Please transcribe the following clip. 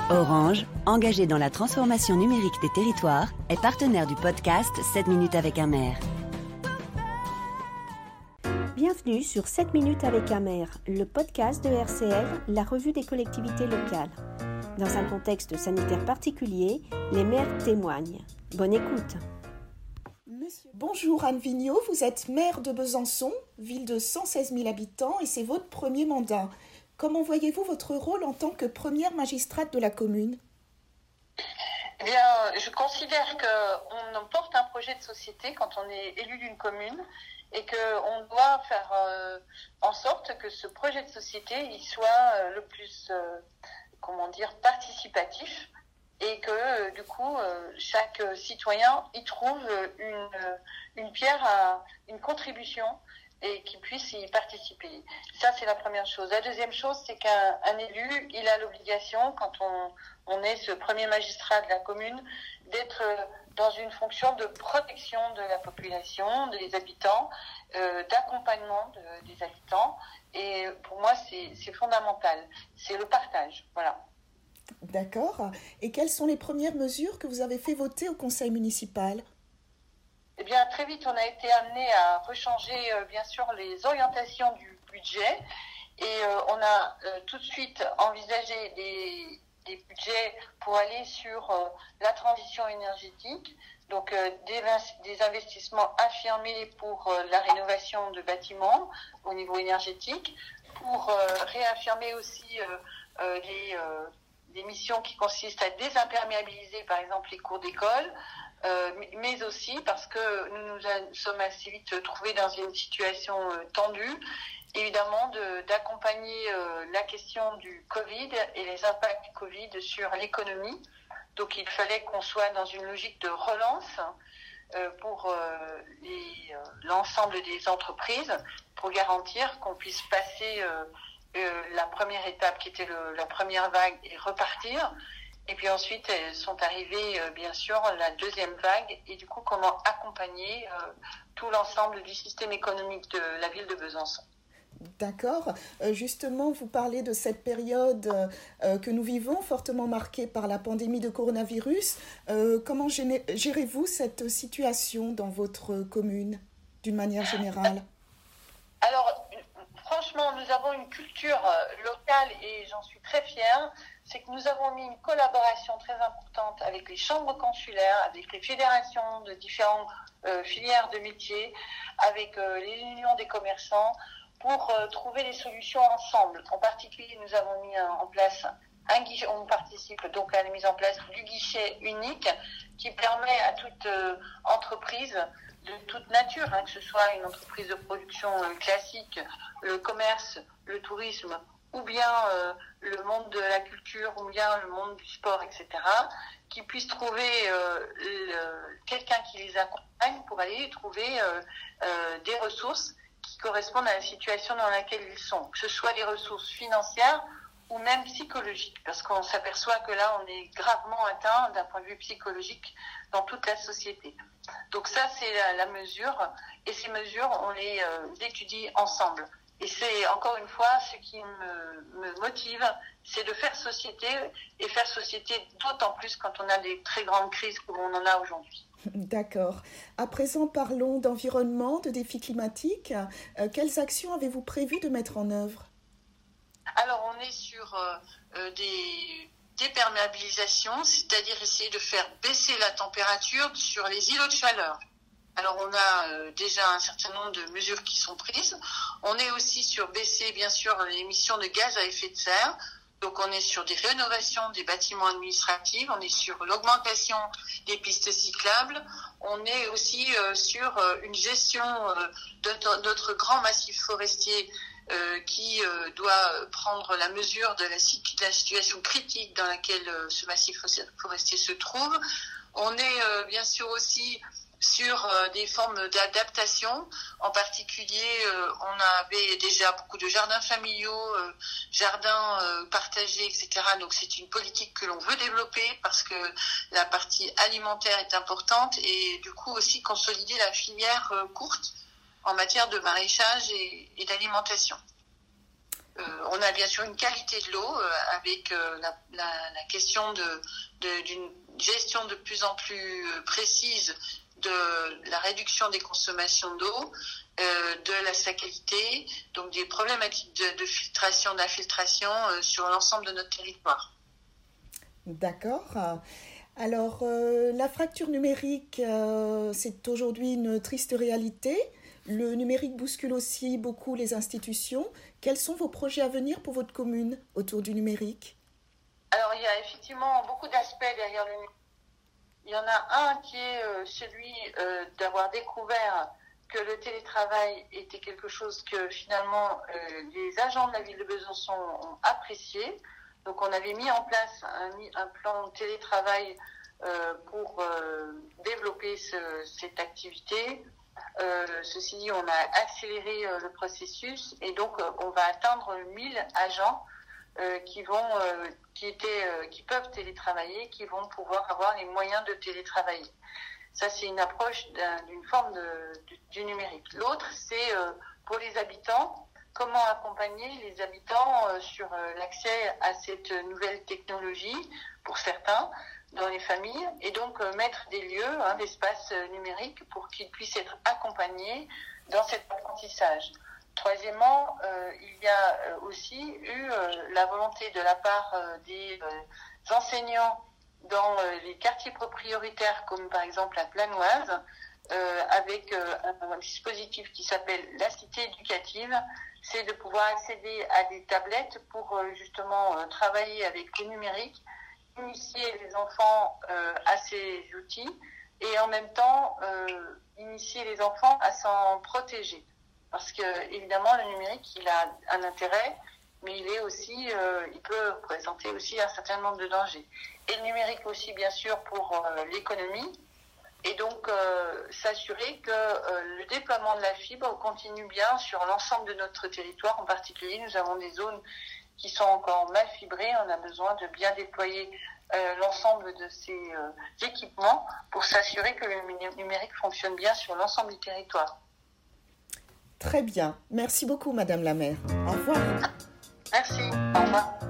Orange, engagé dans la transformation numérique des territoires, est partenaire du podcast 7 minutes avec un maire. Bienvenue sur 7 minutes avec un maire, le podcast de RCL, la revue des collectivités locales. Dans un contexte sanitaire particulier, les maires témoignent. Bonne écoute. Bonjour Anne Vigneault, vous êtes maire de Besançon, ville de 116 000 habitants et c'est votre premier mandat. Comment voyez-vous votre rôle en tant que première magistrate de la commune ? Eh bien, je considère qu'on porte un projet de société quand on est élu d'une commune et qu'on doit faire en sorte que ce projet de société il soit le plus participatif et que du coup chaque citoyen y trouve une pierre une contribution et qu'il puisse y participer. Ça, c'est la première chose. La deuxième chose, c'est qu'un élu, il a l'obligation, quand on est ce premier magistrat de la commune, d'être dans une fonction de protection de la population, des habitants, d'accompagnement des habitants. Et pour moi, c'est fondamental. C'est le partage. Voilà. D'accord. Et quelles sont les premières mesures que vous avez fait voter au conseil municipal ? Eh bien, très vite, on a été amené à rechanger, bien sûr, les orientations du budget. Et on a tout de suite envisagé des budgets pour aller sur la transition énergétique. Donc, des investissements affirmés pour la rénovation de bâtiments au niveau énergétique, pour réaffirmer aussi des missions qui consistent à désimperméabiliser, par exemple, les cours d'école, mais aussi parce que nous sommes assez vite trouvés dans une situation tendue, évidemment d'accompagner la question du Covid et les impacts du Covid sur l'économie. Donc il fallait qu'on soit dans une logique de relance pour l'ensemble des entreprises pour garantir qu'on puisse passer la première étape qui était la première vague et repartir. Et puis ensuite, sont arrivées, bien sûr, la deuxième vague et du coup, comment accompagner tout l'ensemble du système économique de la ville de Besançon. D'accord. Justement, vous parlez de cette période que nous vivons, fortement marquée par la pandémie de coronavirus. Comment gérez-vous cette situation dans votre commune, d'une manière générale ? Alors, franchement, nous avons une culture locale et j'en suis très fière. C'est que nous avons mis une collaboration très importante avec les chambres consulaires, avec les fédérations de différentes filières de métiers, avec les unions des commerçants, pour trouver des solutions ensemble. En particulier, nous avons mis en place un guichet, on participe donc à la mise en place du guichet unique qui permet à toute entreprise de toute nature, que ce soit une entreprise de production classique, le commerce, le tourisme, ou bien le monde de la culture, ou bien le monde du sport, etc., qui puissent trouver quelqu'un qui les accompagne pour aller trouver des ressources qui correspondent à la situation dans laquelle ils sont, que ce soit des ressources financières ou même psychologiques, parce qu'on s'aperçoit que là, on est gravement atteint d'un point de vue psychologique dans toute la société. Donc ça, c'est la mesure, et ces mesures, on les étudie ensemble. Et c'est encore une fois ce qui me motive, c'est de faire société, et faire société d'autant plus quand on a des très grandes crises comme on en a aujourd'hui. D'accord. À présent, parlons d'environnement, de défis climatiques. Quelles actions avez-vous prévu de mettre en œuvre ? Alors, on est sur des déperméabilisations, c'est-à-dire essayer de faire baisser la température sur les îlots de chaleur. Alors, on a déjà un certain nombre de mesures qui sont prises. On est aussi sur baisser, bien sûr, l'émission de gaz à effet de serre. Donc, on est sur des rénovations des bâtiments administratifs. On est sur l'augmentation des pistes cyclables. On est aussi sur une gestion de notre grand massif forestier qui doit prendre la mesure de la situation critique dans laquelle ce massif forestier se trouve. On est bien sûr aussi sur des formes d'adaptation. En particulier, on avait déjà beaucoup de jardins familiaux, jardins partagés, etc. Donc c'est une politique que l'on veut développer parce que la partie alimentaire est importante et du coup aussi consolider la filière courte en matière de maraîchage et d'alimentation. On a bien sûr une qualité de l'eau avec la question d'une gestion de plus en plus précise de la réduction des consommations d'eau, de sa qualité, donc des problématiques de filtration, d'infiltration sur l'ensemble de notre territoire. D'accord. Alors, la fracture numérique, c'est aujourd'hui une triste réalité. Le numérique bouscule aussi beaucoup les institutions. Quels sont vos projets à venir pour votre commune autour du numérique ? Alors, il y a effectivement beaucoup d'aspects derrière le numérique. Il y en a un qui est celui d'avoir découvert que le télétravail était quelque chose que finalement les agents de la ville de Besançon ont apprécié. Donc on avait mis en place un plan de télétravail pour développer cette activité. Ceci dit, on a accéléré le processus et donc on va atteindre 1000 agents qui peuvent télétravailler, qui vont pouvoir avoir les moyens de télétravailler. Ça, c'est une approche d'une forme du numérique. L'autre, c'est pour les habitants, comment accompagner les habitants sur l'accès à cette nouvelle technologie, pour certains, dans les familles, et donc mettre des lieux, d'espaces numériques pour qu'ils puissent être accompagnés dans cet apprentissage. Troisièmement, il y a aussi eu la volonté de la part des enseignants dans les quartiers prioritaires, comme par exemple la Planoise, avec un dispositif qui s'appelle la cité éducative, c'est de pouvoir accéder à des tablettes pour justement travailler avec le numérique, initier les enfants à ces outils et en même temps initier les enfants à s'en protéger. Parce que évidemment le numérique il a un intérêt, mais il est aussi, il peut présenter aussi un certain nombre de dangers. Et le numérique aussi bien sûr pour l'économie, et donc s'assurer que le déploiement de la fibre continue bien sur l'ensemble de notre territoire. En particulier, nous avons des zones qui sont encore mal fibrées. On a besoin de bien déployer l'ensemble de ces équipements pour s'assurer que le numérique fonctionne bien sur l'ensemble du territoire. Très bien. Merci beaucoup, Madame la maire. Au revoir. Merci. Au revoir.